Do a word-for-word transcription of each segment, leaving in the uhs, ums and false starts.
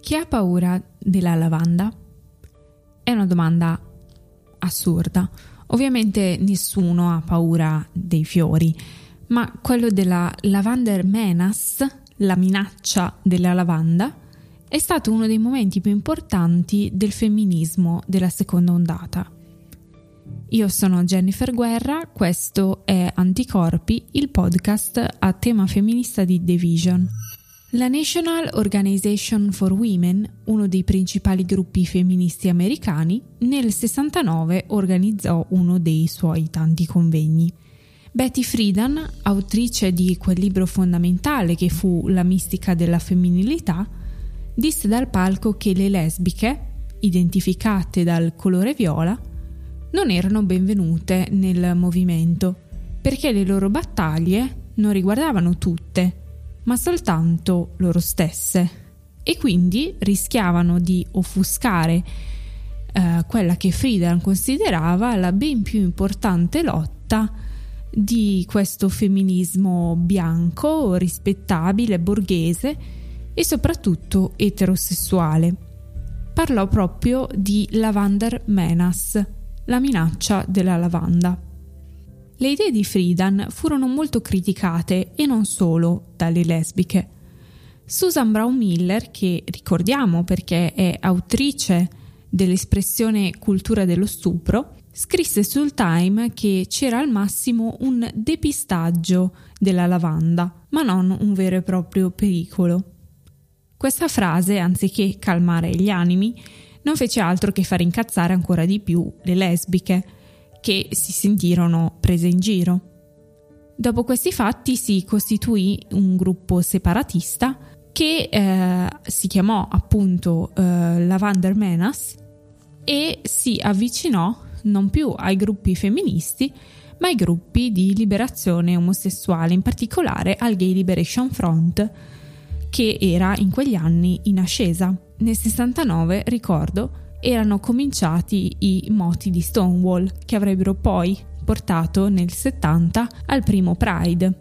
Chi ha paura della lavanda? È una domanda assurda. Ovviamente nessuno ha paura dei fiori, ma quello della Lavender Menace, la minaccia della lavanda, è stato uno dei momenti più importanti del femminismo della seconda ondata. Io sono Jennifer Guerra, questo è Anticorpi, il podcast a tema femminista di The Vision. La National Organization for Women, uno dei principali gruppi femministi americani, nel sessantanove organizzò uno dei suoi tanti convegni. Betty Friedan, autrice di quel libro fondamentale che fu La mistica della femminilità, disse dal palco che le lesbiche, identificate dal colore viola, non erano benvenute nel movimento, perché le loro battaglie non riguardavano tutte, ma soltanto loro stesse, e quindi rischiavano di offuscare eh, quella che Friedan considerava la ben più importante lotta di questo femminismo bianco, rispettabile, borghese e soprattutto eterosessuale. Parlò proprio di Lavender Menace, la minaccia della lavanda. Le idee di Friedan furono molto criticate e non solo dalle lesbiche. Susan Brown Miller, che ricordiamo perché è autrice dell'espressione cultura dello stupro, scrisse sul Time che c'era al massimo un depistaggio della lavanda, ma non un vero e proprio pericolo. Questa frase, anziché calmare gli animi, non fece altro che far incazzare ancora di più le lesbiche, che si sentirono prese in giro. Dopo questi fatti si costituì un gruppo separatista che eh, si chiamò appunto eh, Lavender Menace e si avvicinò non più ai gruppi femministi ma ai gruppi di liberazione omosessuale, in particolare al Gay Liberation Front, che era in quegli anni in ascesa. Nel sessantanove, ricordo, erano cominciati i moti di Stonewall, che avrebbero poi portato nel settanta al primo Pride.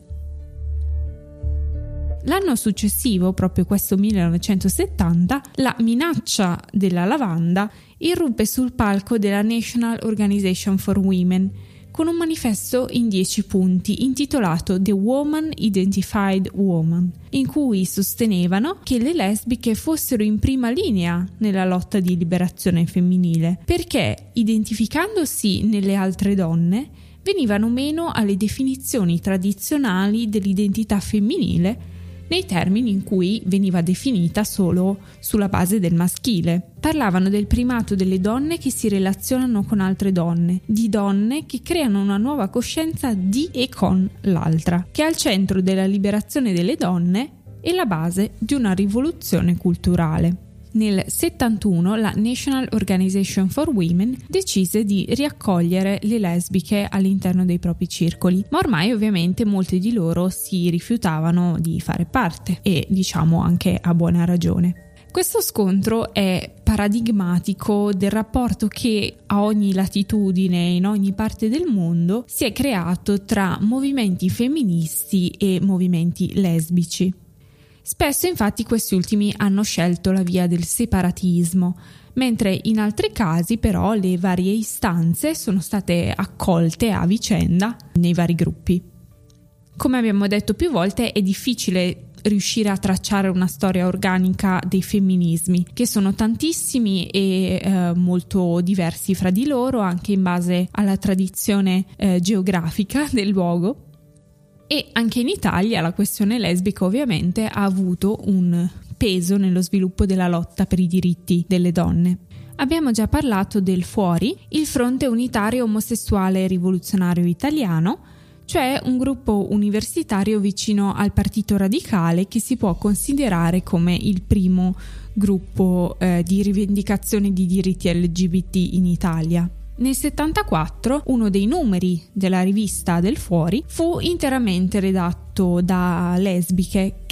L'anno successivo, proprio questo millenovecentosettanta, la minaccia della lavanda irruppe sul palco della National Organization for Women con un manifesto in dieci punti intitolato The Woman Identified Woman, in cui sostenevano che le lesbiche fossero in prima linea nella lotta di liberazione femminile, perché, identificandosi nelle altre donne, venivano meno alle definizioni tradizionali dell'identità femminile nei termini in cui veniva definita solo sulla base del maschile. Parlavano del primato delle donne che si relazionano con altre donne, di donne che creano una nuova coscienza di e con l'altra, che è al centro della liberazione delle donne e la base di una rivoluzione culturale. Nel settantuno la National Organization for Women decise di riaccogliere le lesbiche all'interno dei propri circoli, ma ormai ovviamente molte di loro si rifiutavano di fare parte, e diciamo anche a buona ragione. Questo scontro è paradigmatico del rapporto che a ogni latitudine, in ogni parte del mondo, si è creato tra movimenti femministi e movimenti lesbici. Spesso infatti questi ultimi hanno scelto la via del separatismo, mentre in altri casi però le varie istanze sono state accolte a vicenda nei vari gruppi. Come abbiamo detto più volte, è difficile riuscire a tracciare una storia organica dei femminismi, che sono tantissimi e eh, molto diversi fra di loro, anche in base alla tradizione eh, geografica del luogo. E anche in Italia la questione lesbica ovviamente ha avuto un peso nello sviluppo della lotta per i diritti delle donne. Abbiamo già parlato del Fuori, il Fronte Unitario Omosessuale Rivoluzionario Italiano, cioè un gruppo universitario vicino al Partito Radicale che si può considerare come il primo gruppo eh, di rivendicazione di diritti L G B T in Italia. Nel settantaquattro uno dei numeri della rivista del Fuori fu interamente redatto da lesbiche che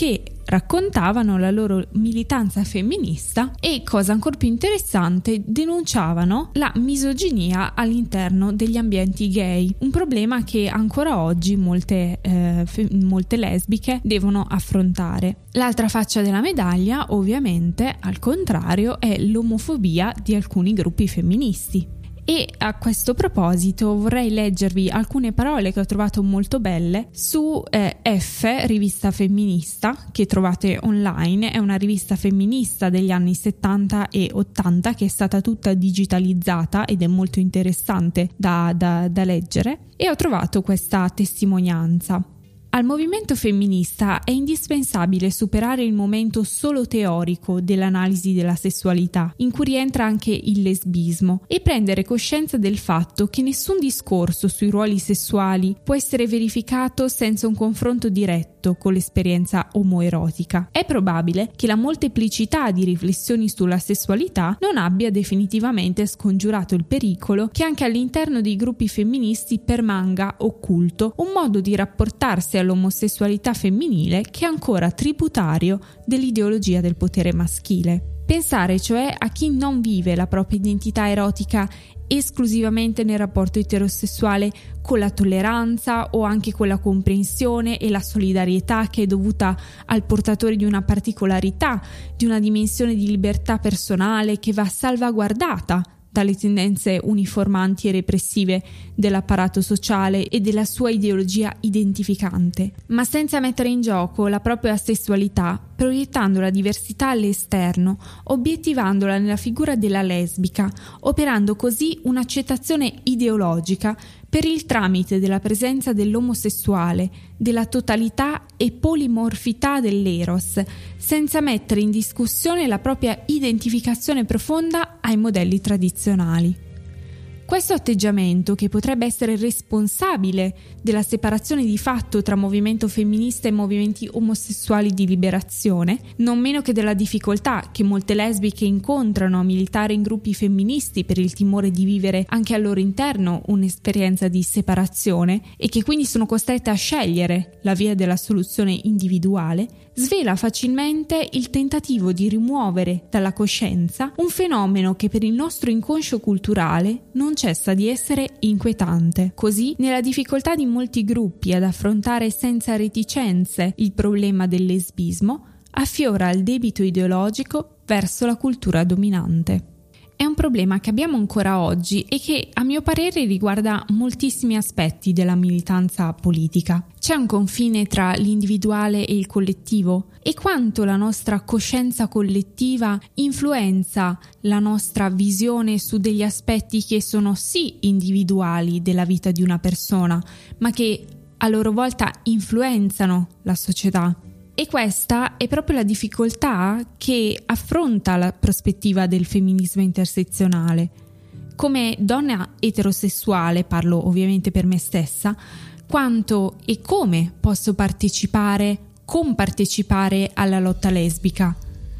raccontavano la loro militanza femminista e, cosa ancora più interessante, denunciavano la misoginia all'interno degli ambienti gay, un problema che ancora oggi molte, eh, fe- molte lesbiche devono affrontare. L'altra faccia della medaglia, ovviamente, al contrario, è l'omofobia di alcuni gruppi femministi. E a questo proposito vorrei leggervi alcune parole che ho trovato molto belle su eh, F, rivista femminista, che trovate online. È una rivista femminista degli anni settanta e ottanta che è stata tutta digitalizzata ed è molto interessante da, da, da leggere, e ho trovato questa testimonianza. Al movimento femminista è indispensabile superare il momento solo teorico dell'analisi della sessualità, in cui rientra anche il lesbismo, e prendere coscienza del fatto che nessun discorso sui ruoli sessuali può essere verificato senza un confronto diretto con l'esperienza omoerotica. È probabile che la molteplicità di riflessioni sulla sessualità non abbia definitivamente scongiurato il pericolo che anche all'interno dei gruppi femministi permanga occulto un modo di rapportarsi all'omosessualità femminile che è ancora tributario dell'ideologia del potere maschile. Pensare cioè a chi non vive la propria identità erotica esclusivamente nel rapporto eterosessuale con la tolleranza o anche con la comprensione e la solidarietà che è dovuta al portatore di una particolarità, di una dimensione di libertà personale che va salvaguardata dalle tendenze uniformanti e repressive dell'apparato sociale e della sua ideologia identificante, ma senza mettere in gioco la propria sessualità, proiettando la diversità all'esterno, obiettivandola nella figura della lesbica, operando così un'accettazione ideologica per il tramite della presenza dell'omosessuale, della totalità e polimorfità dell'eros, senza mettere in discussione la propria identificazione profonda ai modelli tradizionali. Questo atteggiamento, che potrebbe essere responsabile della separazione di fatto tra movimento femminista e movimenti omosessuali di liberazione, non meno che della difficoltà che molte lesbiche incontrano a militare in gruppi femministi per il timore di vivere anche al loro interno un'esperienza di separazione e che quindi sono costrette a scegliere la via della soluzione individuale, svela facilmente il tentativo di rimuovere dalla coscienza un fenomeno che per il nostro inconscio culturale non cessa di essere inquietante. Così, nella difficoltà di molti gruppi ad affrontare senza reticenze il problema del lesbismo, affiora il debito ideologico verso la cultura dominante. È un problema che abbiamo ancora oggi e che, a mio parere, riguarda moltissimi aspetti della militanza politica. C'è un confine tra l'individuale e il collettivo, e quanto la nostra coscienza collettiva influenza la nostra visione su degli aspetti che sono sì individuali della vita di una persona, ma che a loro volta influenzano la società. E questa è proprio la difficoltà che affronta la prospettiva del femminismo intersezionale. Come donna eterosessuale, parlo ovviamente per me stessa, quanto e come posso partecipare, compartecipare alla lotta lesbica.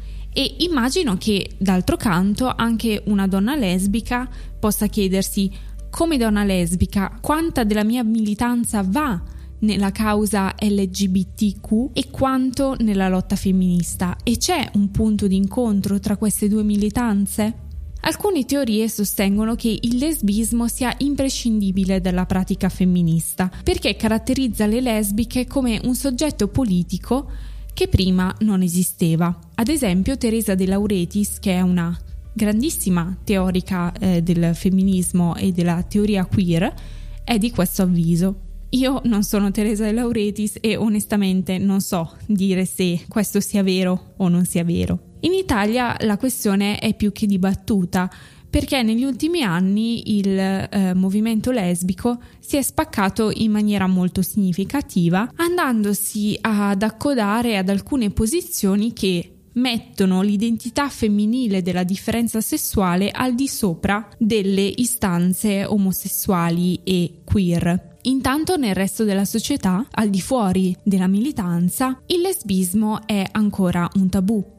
E immagino che, d'altro canto, anche una donna lesbica possa chiedersi: come donna lesbica, quanta della mia militanza va nella causa L G B T Q e quanto nella lotta femminista? E c'è un punto di incontro tra queste due militanze? Alcune teorie sostengono che il lesbismo sia imprescindibile dalla pratica femminista, perché caratterizza le lesbiche come un soggetto politico che prima non esisteva. Ad esempio, Teresa De Lauretis, che è una grandissima teorica eh, del femminismo e della teoria queer, è di questo avviso. Io non sono Teresa De Lauretis e onestamente non so dire se questo sia vero o non sia vero. In Italia la questione è più che dibattuta, perché negli ultimi anni il eh, movimento lesbico si è spaccato in maniera molto significativa, andandosi ad accodare ad alcune posizioni che mettono l'identità femminile della differenza sessuale al di sopra delle istanze omosessuali e queer. Intanto nel resto della società, al di fuori della militanza, il lesbismo è ancora un tabù.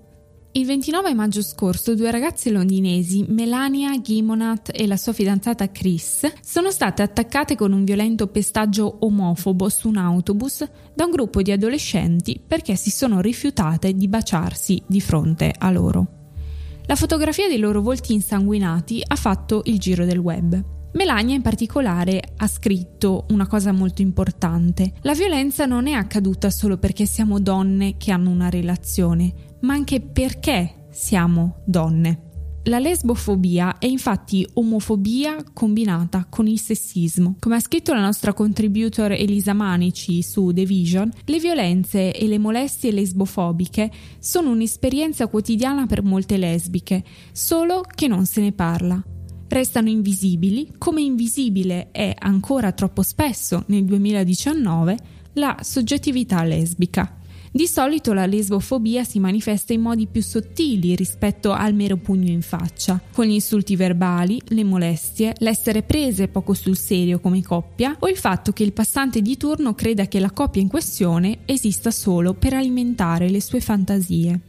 Il ventinove maggio scorso due ragazze londinesi, Melania Gimonat e la sua fidanzata Chris, sono state attaccate con un violento pestaggio omofobo su un autobus da un gruppo di adolescenti perché si sono rifiutate di baciarsi di fronte a loro. La fotografia dei loro volti insanguinati ha fatto il giro del web. Melania in particolare ha scritto una cosa molto importante: la violenza non è accaduta solo perché siamo donne che hanno una relazione, ma anche perché siamo donne. La lesbofobia è infatti omofobia combinata con il sessismo. Come ha scritto la nostra contributor Elisa Manici su The Vision, le violenze e le molestie lesbofobiche sono un'esperienza quotidiana per molte lesbiche, solo che non se ne parla. Restano invisibili, come invisibile è ancora troppo spesso nel duemiladiciannove la soggettività lesbica. Di solito la lesbofobia si manifesta in modi più sottili rispetto al mero pugno in faccia, con gli insulti verbali, le molestie, l'essere prese poco sul serio come coppia o il fatto che il passante di turno creda che la coppia in questione esista solo per alimentare le sue fantasie.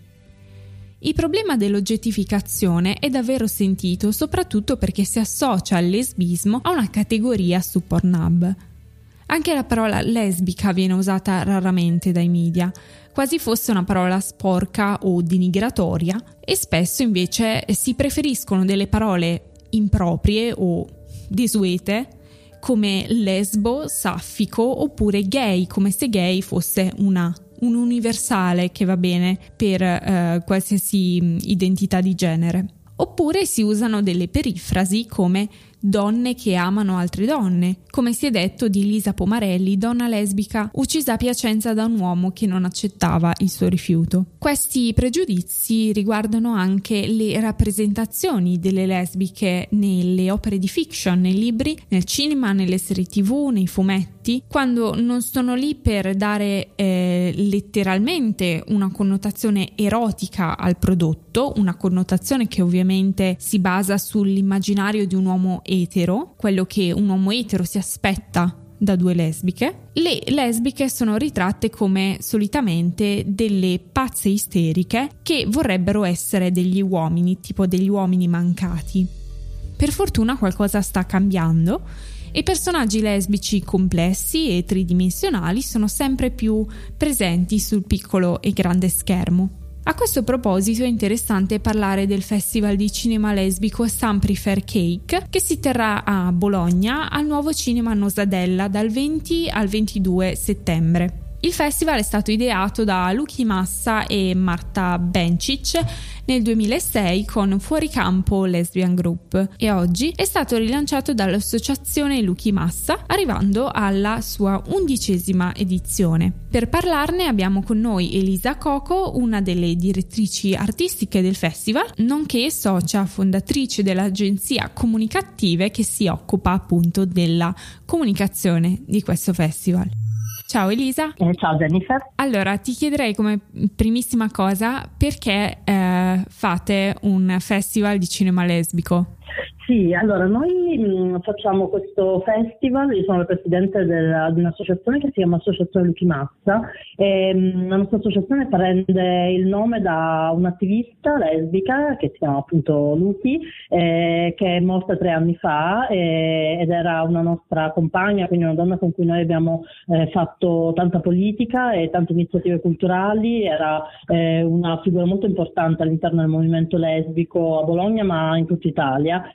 Il problema dell'oggettificazione è davvero sentito soprattutto perché si associa il lesbismo a una categoria su Pornhub. Anche la parola lesbica viene usata raramente dai media, quasi fosse una parola sporca o denigratoria, e spesso invece si preferiscono delle parole improprie o desuete come lesbo, saffico oppure gay, come se gay fosse una un universale che va bene per eh, qualsiasi identità di genere. Oppure si usano delle perifrasi come donne che amano altre donne, come si è detto di Lisa Pomarelli, donna lesbica uccisa a Piacenza da un uomo che non accettava il suo rifiuto. Questi pregiudizi riguardano anche le rappresentazioni delle lesbiche nelle opere di fiction, nei libri, nel cinema, nelle serie tv, nei fumetti, quando non sono lì per dare eh, letteralmente una connotazione erotica al prodotto, una connotazione che ovviamente si basa sull'immaginario di un uomo etero, quello che un uomo etero si aspetta da due lesbiche. Le lesbiche sono ritratte come solitamente delle pazze isteriche che vorrebbero essere degli uomini, tipo degli uomini mancati. Per fortuna qualcosa sta cambiando e personaggi lesbici complessi e tridimensionali sono sempre più presenti sul piccolo e grande schermo. A questo proposito è interessante parlare del Festival di Cinema Lesbico Some Prefer Cake, che si terrà a Bologna al Nuovo Cinema Nosadella dal venti al ventidue settembre. Il festival è stato ideato da Luchi Massa e Marta Bencic nel duemilasei con Fuoricampo Lesbian Group e oggi è stato rilanciato dall'associazione Luchi Massa, arrivando alla sua undicesima edizione. Per parlarne abbiamo con noi Elisa Coco, una delle direttrici artistiche del festival, nonché socia fondatrice dell'agenzia Comunicative che si occupa appunto della comunicazione di questo festival. Ciao Elisa. Eh, ciao Jennifer. Allora, ti chiederei come primissima cosa perché eh, fate un festival di cinema lesbico? Sì, allora noi mh, facciamo questo festival, io sono la presidente della, di un'associazione che si chiama Associazione Luchi Massa e mh, la nostra associazione prende il nome da un'attivista lesbica che si chiama appunto Luchi, eh, che è morta tre anni fa eh, ed era una nostra compagna, quindi una donna con cui noi abbiamo eh, fatto tanta politica e tante iniziative culturali, era eh, una figura molto importante all'interno del movimento lesbico a Bologna ma in tutta Italia.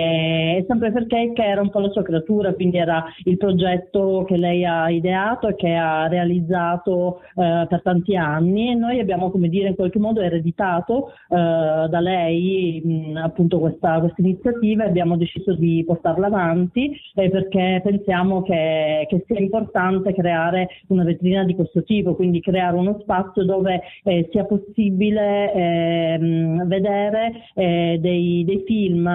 E sempre perché che era un po' la sua creatura, quindi era il progetto che lei ha ideato e che ha realizzato eh, per tanti anni e noi abbiamo, come dire, in qualche modo ereditato eh, da lei mh, appunto questa, questa iniziativa e abbiamo deciso di portarla avanti eh, perché pensiamo che, che sia importante creare una vetrina di questo tipo, quindi creare uno spazio dove eh, sia possibile eh, vedere eh, dei, dei film sia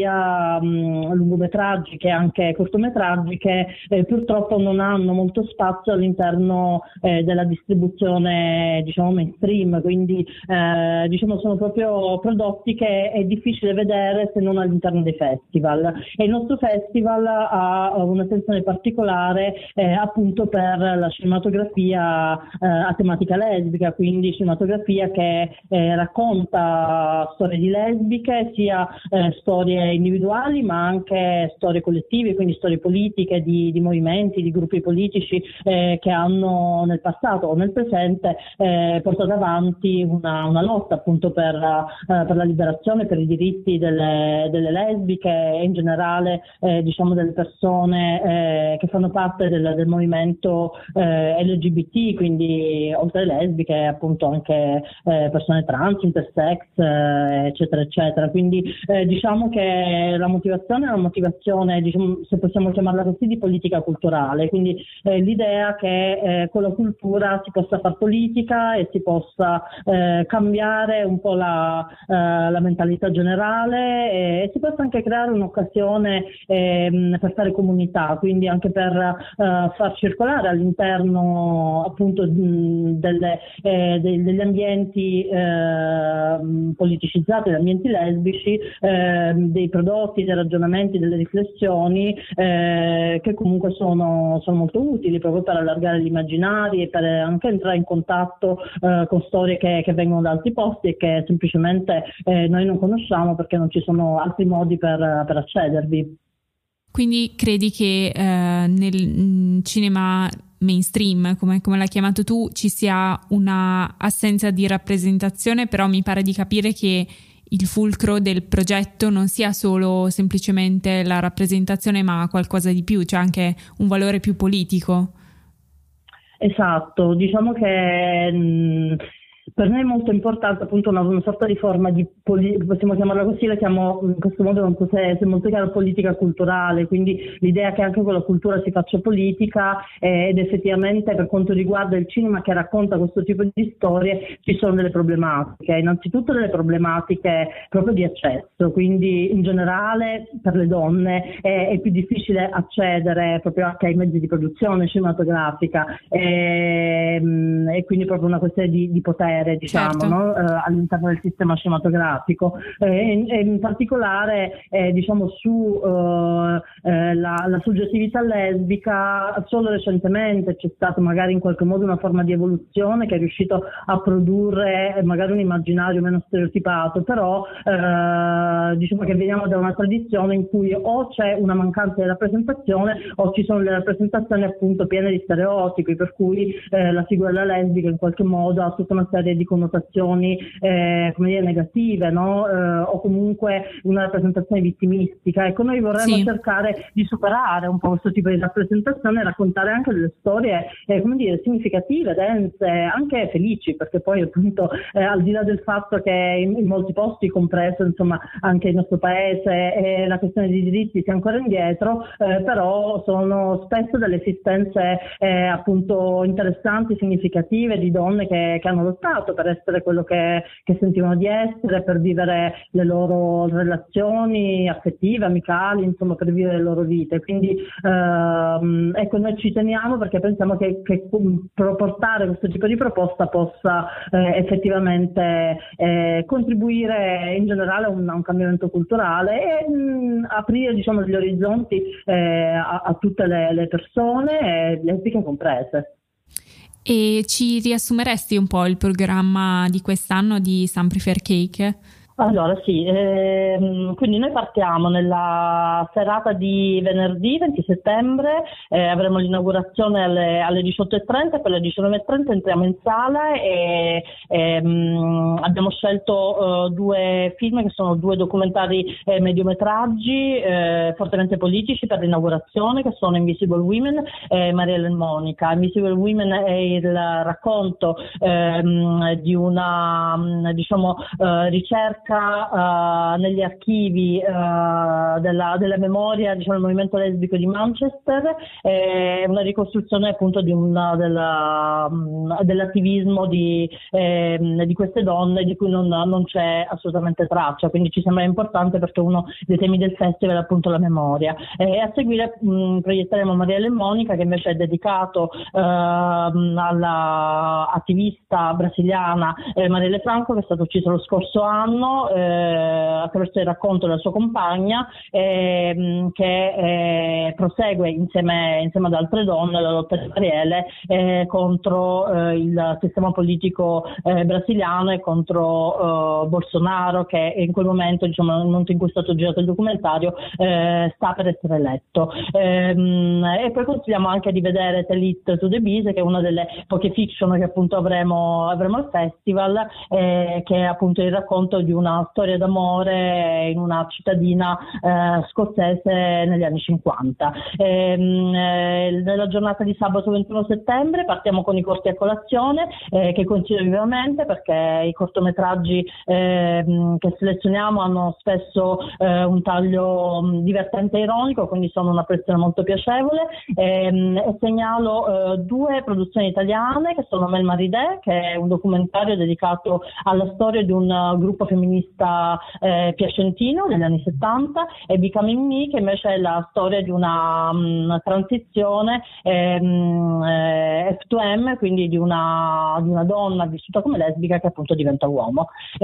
sia mh, lungometraggi che anche cortometraggi, che eh, purtroppo non hanno molto spazio all'interno eh, della distribuzione, diciamo, mainstream, quindi eh, diciamo sono proprio prodotti che è difficile vedere se non all'interno dei festival, e il nostro festival ha un'attenzione particolare eh, appunto per la cinematografia eh, a tematica lesbica, quindi cinematografia che eh, racconta storie di lesbiche, sia eh, storie individuali ma anche storie collettive, quindi storie politiche di, di movimenti, di gruppi politici eh, che hanno nel passato o nel presente eh, portato avanti una, una lotta appunto per, eh, per la liberazione, per i diritti delle, delle lesbiche e in generale eh, diciamo delle persone eh, che fanno parte del, del movimento eh, L G B T, quindi oltre alle lesbiche appunto anche eh, persone trans, intersex, eh, eccetera eccetera. Quindi eh, diciamo che la motivazione è una motivazione, diciamo, se possiamo chiamarla così, di politica culturale, quindi eh, l'idea che eh, con la cultura si possa fare politica e si possa eh, cambiare un po' la, eh, la mentalità generale e, e si possa anche creare un'occasione eh, per fare comunità, quindi anche per eh, far circolare all'interno appunto mh, delle, eh, de, degli ambienti eh, politicizzati, degli ambienti lesbici, eh, dei prodotti, dei ragionamenti, delle riflessioni eh, che comunque sono, sono molto utili proprio per allargare gli immaginari e per anche entrare in contatto eh, con storie che, che vengono da altri posti e che semplicemente eh, noi non conosciamo perché non ci sono altri modi per, per accedervi. Quindi credi che eh, nel cinema mainstream, come, come l'hai chiamato tu, ci sia una assenza di rappresentazione, però mi pare di capire che il fulcro del progetto non sia solo semplicemente la rappresentazione, ma qualcosa di più, cioè anche un valore più politico. Esatto, diciamo che mh, per me è molto importante appunto una, una sorta di forma di, poli- possiamo chiamarla così, la chiamo in questo modo, non so se, se è molto chiaro, politica culturale, quindi l'idea che anche con la cultura si faccia politica eh, ed effettivamente per quanto riguarda il cinema che racconta questo tipo di storie ci sono delle problematiche, innanzitutto delle problematiche proprio di accesso, quindi in generale per le donne è, è più difficile accedere proprio anche ai mezzi di produzione cinematografica e, e quindi proprio una questione di, di potere, diciamo, certo. no? eh, all'interno del sistema cinematografico eh, e in particolare eh, diciamo su eh, eh, la, la soggettività lesbica. Solo recentemente c'è stata magari in qualche modo una forma di evoluzione che è riuscito a produrre magari un immaginario meno stereotipato, però eh, diciamo che veniamo da una tradizione in cui o c'è una mancanza di rappresentazione o ci sono le rappresentazioni appunto piene di stereotipi, per cui eh, la figura della lesbica in qualche modo ha tutta una serie di connotazioni eh, come dire negative, no? Eh, o comunque una rappresentazione vittimistica. Ecco, noi vorremmo Sì. cercare di superare un po' questo tipo di rappresentazione e raccontare anche delle storie eh, come dire significative, dense, anche felici, perché poi appunto eh, al di là del fatto che in, in molti posti, compreso insomma anche il nostro paese, eh, la questione dei diritti sia ancora indietro, eh, però sono spesso delle esistenze eh, appunto interessanti, significative di donne che, che hanno lottato per essere quello che, che sentivano di essere, per vivere le loro relazioni affettive, amicali, insomma per vivere le loro vite. Quindi ehm, ecco, noi ci teniamo perché pensiamo che, che portare questo tipo di proposta possa eh, effettivamente eh, contribuire in generale a un, a un cambiamento culturale e mh, aprire diciamo gli orizzonti eh, a, a tutte le, le persone, eh, lesbiche comprese. E ci riassumeresti un po' il programma di quest'anno di Sun Prefer Cake? Allora sì, ehm, quindi noi partiamo nella serata di venerdì venti settembre, eh, avremo l'inaugurazione alle, alle diciotto e trenta e poi alle diciannove e trenta entriamo in sala e ehm, abbiamo scelto eh, due film che sono due documentari eh, mediometraggi eh, fortemente politici per l'inaugurazione, che sono Invisible Women e Mariella e Monica. Invisible Women è il racconto ehm, di una diciamo eh, ricerca ricerca uh, negli archivi uh, della, della memoria, diciamo, del movimento lesbico di Manchester, è una ricostruzione appunto di una, della, um, dell'attivismo di, eh, di queste donne di cui non, non c'è assolutamente traccia, quindi ci sembra importante perché uno dei temi del festival è appunto la memoria. E a seguire mh, proietteremo Marielle e Monica, che invece è dedicato uh, alla attivista brasiliana eh, Marielle Franco, che è stata uccisa lo scorso anno eh, attraverso il racconto della sua compagna, eh, che eh, prosegue insieme, insieme ad altre donne la lotta di Marielle eh, contro eh, il sistema politico eh, brasiliano e contro eh, Bolsonaro, che in quel momento, diciamo, nel momento in cui è stato girato il documentario, eh, sta per essere eletto. Ehm, e poi consigliamo anche di vedere The Lit to the Bees, che è una delle poche fiction che appunto avremo, avremo al festival, eh, che è appunto il racconto di una storia d'amore in una cittadina eh, scozzese negli anni cinquanta. Ehm, eh, nella giornata di sabato ventuno settembre partiamo con i corti a colazione, eh, che consiglio vivamente, perché i cortometraggi eh, che selezioniamo hanno spesso eh, un taglio mh, divertente e ironico, quindi sono una prestazione molto piacevole. Ehm, e segnalo eh, due produzioni italiane, che sono Mel Maridè, che è un documentario dedicato alla storia di un uh, gruppo femminista eh, piacentino negli anni settanta, e Becoming Me, che invece è la storia di una um, transizione ehm, eh, F due M, quindi di una, di una donna vissuta come lesbica che appunto diventa uomo.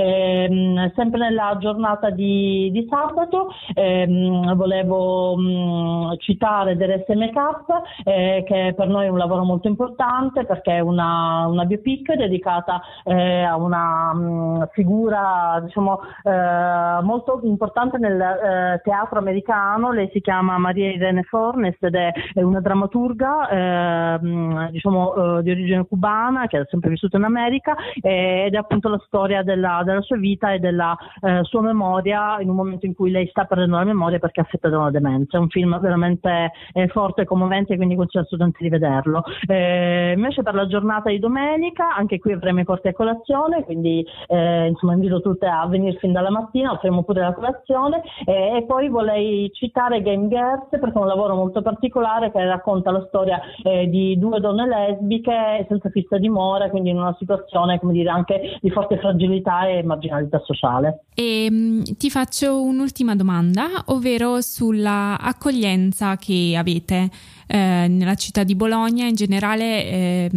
Ehm, sempre nella giornata di, di sabato ehm, volevo mh, citare The Rest Make-up, eh, che per noi è un lavoro molto importante, perché è una, una biopic dedicata eh, a una mh, figura, diciamo, eh, molto importante nel eh, teatro americano. Lei si chiama Maria Irene Fornes ed è, è una drammaturga eh, mh, diciamo, eh, di origine cubana, che ha sempre vissuto in America, eh, ed è appunto la storia della, della sua vita e della eh, sua memoria in un momento in cui lei sta perdendo la memoria perché è affetta da una demenza. È un film veramente eh, forte e commovente, quindi consiglio assolutamente di vederlo. Eh, invece per la giornata di domenica, anche qui avremo i corti a colazione, quindi eh, insomma invito tutte a venire fin dalla mattina, offriamo pure la colazione, eh, e poi vorrei citare Game Girls, perché è un lavoro molto particolare che racconta la storia eh, di due donne lesbiche senza fissa dimora, quindi in una situazione, come dire, anche di forte fragilità e marginalità sociale. E mh, ti faccio un'ultima domanda, ovvero sulla accoglienza che avete eh, nella città di Bologna, in generale, eh,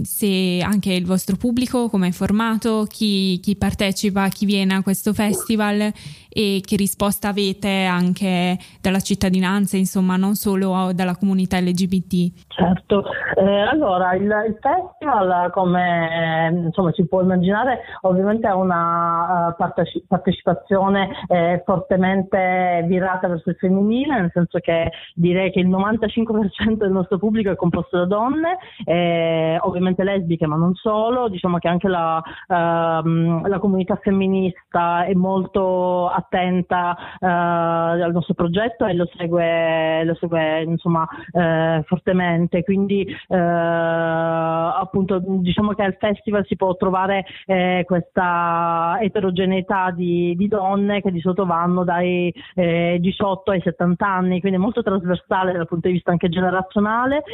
se anche il vostro pubblico come è formato, chi, chi partecipa, chi viene a questo festival, e che risposta avete anche dalla cittadinanza, insomma, non solo dalla comunità L G B T. Certo, eh, allora il, il festival, come eh, insomma si può immaginare, ovviamente ha una uh, parteci- partecipazione eh, fortemente virata verso il femminile, nel senso che direi che il novantacinque per cento del nostro pubblico è composto da donne, eh, ovviamente lesbiche, ma non solo. Diciamo che anche la, uh, la comunità femminista è molto attenta uh, al nostro progetto e lo segue, lo segue insomma uh, fortemente, quindi uh, appunto diciamo che al festival si può trovare eh, questa eterogeneità di, di donne che di solito vanno dai eh, diciotto ai settanta anni, quindi è molto trasversale dal punto di vista anche generazionale,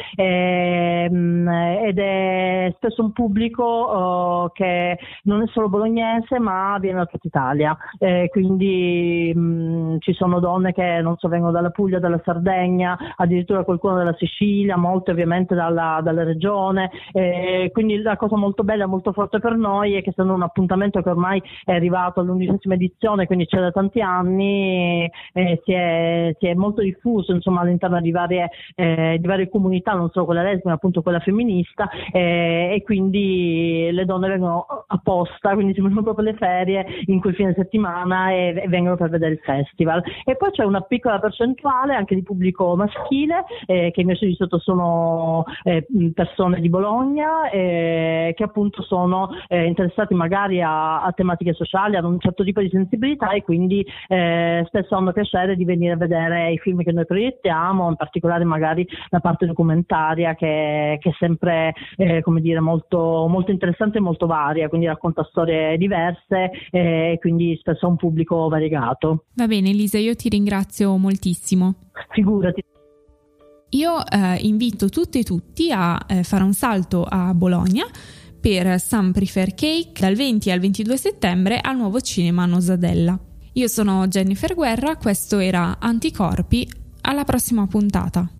ehm, ed è spesso un pubblico oh, che non è solo bolognese ma viene da tutta Italia, eh, quindi mh, ci sono donne che non so vengono dalla Puglia, dalla Sardegna, addirittura qualcuno dalla Sicilia, molte ovviamente dalla, dalla regione, eh, quindi la cosa molto bella, molto forte per noi è che essendo un appuntamento che ormai è arrivato all'undicesima edizione, quindi c'è da tanti anni, eh, si, è, si è molto diffuso insomma all'interno di varie, eh, di varie comunità, non solo quella lesbica ma appunto quella femminista, eh, e quindi le donne vengono apposta, quindi si prendono proprio le ferie in quel fine settimana e, e vengono per vedere il festival. E poi c'è una piccola percentuale anche di pubblico maschile, eh, che invece di solito sono eh, persone di Bologna, eh, che appunto sono eh, interessati magari a, a tematiche sociali, hanno un certo tipo di sensibilità e quindi eh, spesso hanno piacere di venire a vedere i film che noi proiettiamo, in particolare magari la parte documentaria che, che è sempre eh, come dire molto, molto interessante e molto varia, quindi racconta storie diverse e eh, quindi spesso ha un pubblico variegato. Va bene Elisa, io ti ringrazio moltissimo. Figurati. Io eh, invito tutte e tutti a eh, fare un salto a Bologna per Some Prefer Cake dal venti al ventidue settembre al nuovo cinema Nosadella. Io sono Jennifer Guerra, questo era Anticorpi, alla prossima puntata.